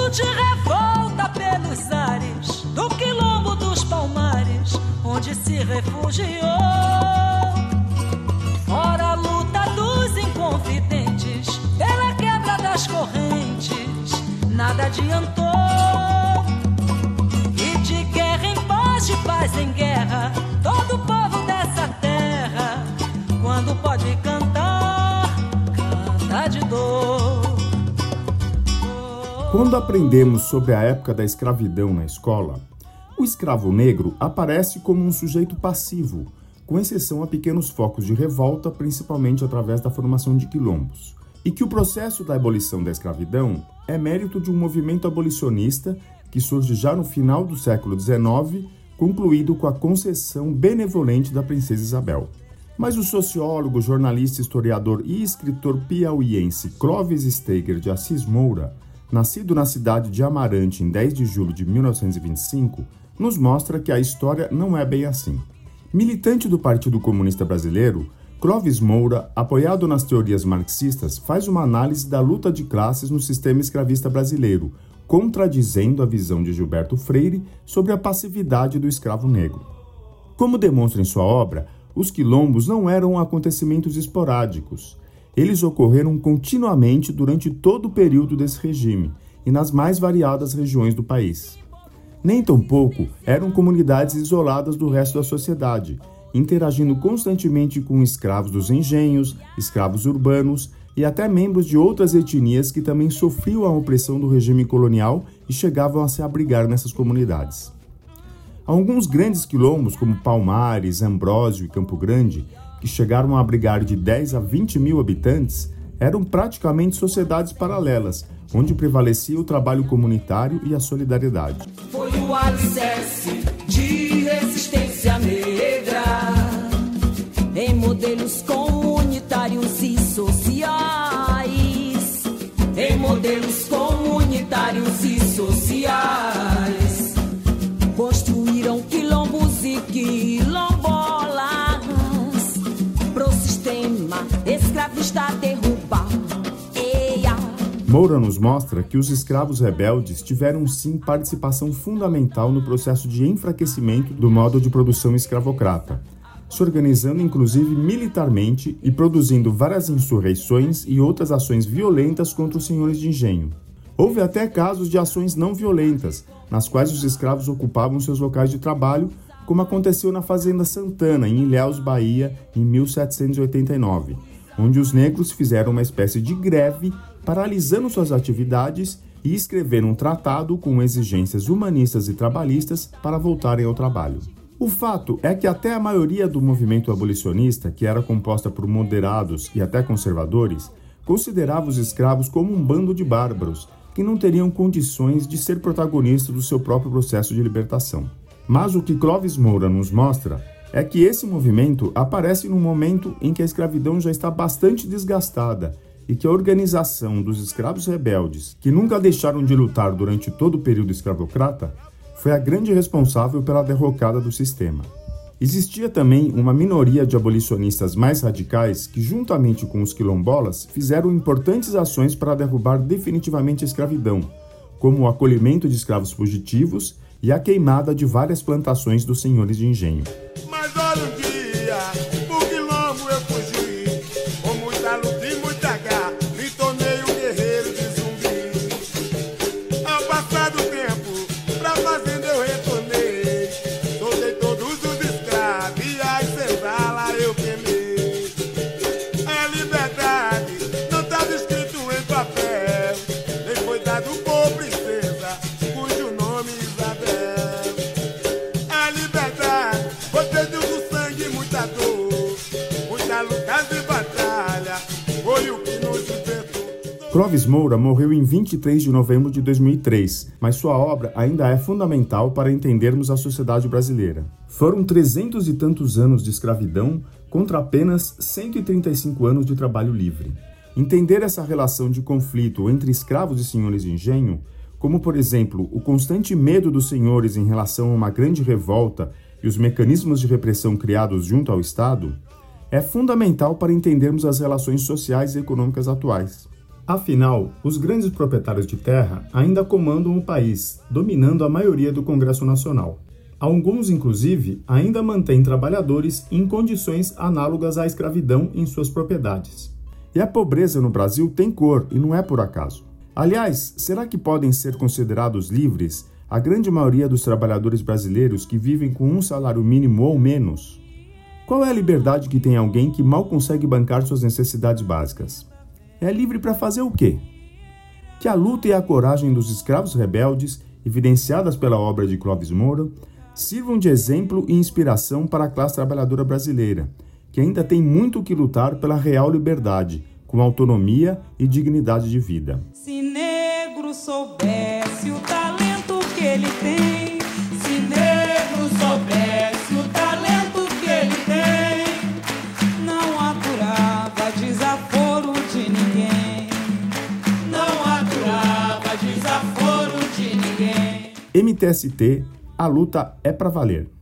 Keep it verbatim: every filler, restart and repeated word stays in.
Gosto de revolta pelos ares do quilombo dos Palmares, onde se refugiou. Fora a luta dos inconfidentes, pela quebra das correntes, nada adiantou. E de guerra em paz, de paz em guerra, todo o povo dessa terra, quando pode cantar, canta de dor. Quando aprendemos sobre a época da escravidão na escola, o escravo negro aparece como um sujeito passivo, com exceção a pequenos focos de revolta, principalmente através da formação de quilombos, e que o processo da abolição da escravidão é mérito de um movimento abolicionista que surge já no final do século dezenove, concluído com a concessão benevolente da princesa Isabel. Mas o sociólogo, jornalista, historiador e escritor piauiense Clóvis Steiger de Assis Moura, nascido na cidade de Amarante em dez de julho de mil novecentos e vinte e cinco, nos mostra que a história não é bem assim. Militante do Partido Comunista Brasileiro, Clóvis Moura, apoiado nas teorias marxistas, faz uma análise da luta de classes no sistema escravista brasileiro, contradizendo a visão de Gilberto Freire sobre a passividade do escravo negro. Como demonstra em sua obra, os quilombos não eram acontecimentos esporádicos. Eles ocorreram continuamente durante todo o período desse regime e nas mais variadas regiões do país. Nem tampouco eram comunidades isoladas do resto da sociedade, interagindo constantemente com escravos dos engenhos, escravos urbanos e até membros de outras etnias que também sofriam a opressão do regime colonial e chegavam a se abrigar nessas comunidades. Alguns grandes quilombos, como Palmares, Ambrósio e Campo Grande, que chegaram a abrigar de dez a vinte mil habitantes, eram praticamente sociedades paralelas, onde prevalecia o trabalho comunitário e a solidariedade. Foi o alicerce de resistência negra em modelos comunitários e sociais, em modelos comunitários e sociais, construíram quilombos e quilombolas pro sistema escravista derrubar. Eia. Moura nos mostra que os escravos rebeldes tiveram sim participação fundamental no processo de enfraquecimento do modo de produção escravocrata, se organizando inclusive militarmente e produzindo várias insurreições e outras ações violentas contra os senhores de engenho. Houve até casos de ações não violentas, nas quais os escravos ocupavam seus locais de trabalho, como aconteceu na Fazenda Santana, em Ilhéus, Bahia, em mil setecentos e oitenta e nove, onde os negros fizeram uma espécie de greve, paralisando suas atividades e escreveram um tratado com exigências humanistas e trabalhistas para voltarem ao trabalho. O fato é que até a maioria do movimento abolicionista, que era composta por moderados e até conservadores, considerava os escravos como um bando de bárbaros, que não teriam condições de ser protagonistas do seu próprio processo de libertação. Mas o que Clóvis Moura nos mostra é que esse movimento aparece num momento em que a escravidão já está bastante desgastada e que a organização dos escravos rebeldes, que nunca deixaram de lutar durante todo o período escravocrata, foi a grande responsável pela derrocada do sistema. Existia também uma minoria de abolicionistas mais radicais que, juntamente com os quilombolas, fizeram importantes ações para derrubar definitivamente a escravidão, como o acolhimento de escravos fugitivos e a queimada de várias plantações dos senhores de engenho. Mas olha um dia, pro quilombo eu fugi, com muita luta e muita garra, me tornei um guerreiro de zumbi. Ao passar do tempo, pra fazenda eu retornei, soltei todos os escravos e as senzalas eu queimei. A liberdade não estava escrito em papel, nem foi dado por princesa, cujo nome Isabel. A liberdade foi feito com sangue, muita dor, muita luta e batalha, foi o que nos libertou. Clóvis Moura morreu em vinte e três de novembro de dois mil e três, mas sua obra ainda é fundamental para entendermos a sociedade brasileira. Foram trezentos e tantos anos de escravidão contra apenas cento e trinta e cinco anos de trabalho livre. Entender essa relação de conflito entre escravos e senhores de engenho, como por exemplo o constante medo dos senhores em relação a uma grande revolta e os mecanismos de repressão criados junto ao Estado, é fundamental para entendermos as relações sociais e econômicas atuais. Afinal, os grandes proprietários de terra ainda comandam o país, dominando a maioria do Congresso Nacional. Alguns, inclusive, ainda mantêm trabalhadores em condições análogas à escravidão em suas propriedades. E a pobreza no Brasil tem cor, e não é por acaso. Aliás, será que podem ser considerados livres a grande maioria dos trabalhadores brasileiros que vivem com um salário mínimo ou menos? Qual é a liberdade que tem alguém que mal consegue bancar suas necessidades básicas? É livre para fazer o quê? Que a luta e a coragem dos escravos rebeldes, evidenciadas pela obra de Clóvis Moura, sirvam de exemplo e inspiração para a classe trabalhadora brasileira, que ainda tem muito que lutar pela real liberdade, com autonomia e dignidade de vida. Se negro soubesse o talento que ele tem, se negro soubesse o talento que ele tem, não aturava desaforo de ninguém, não aturava desaforo de ninguém. M T S T, a luta é pra valer.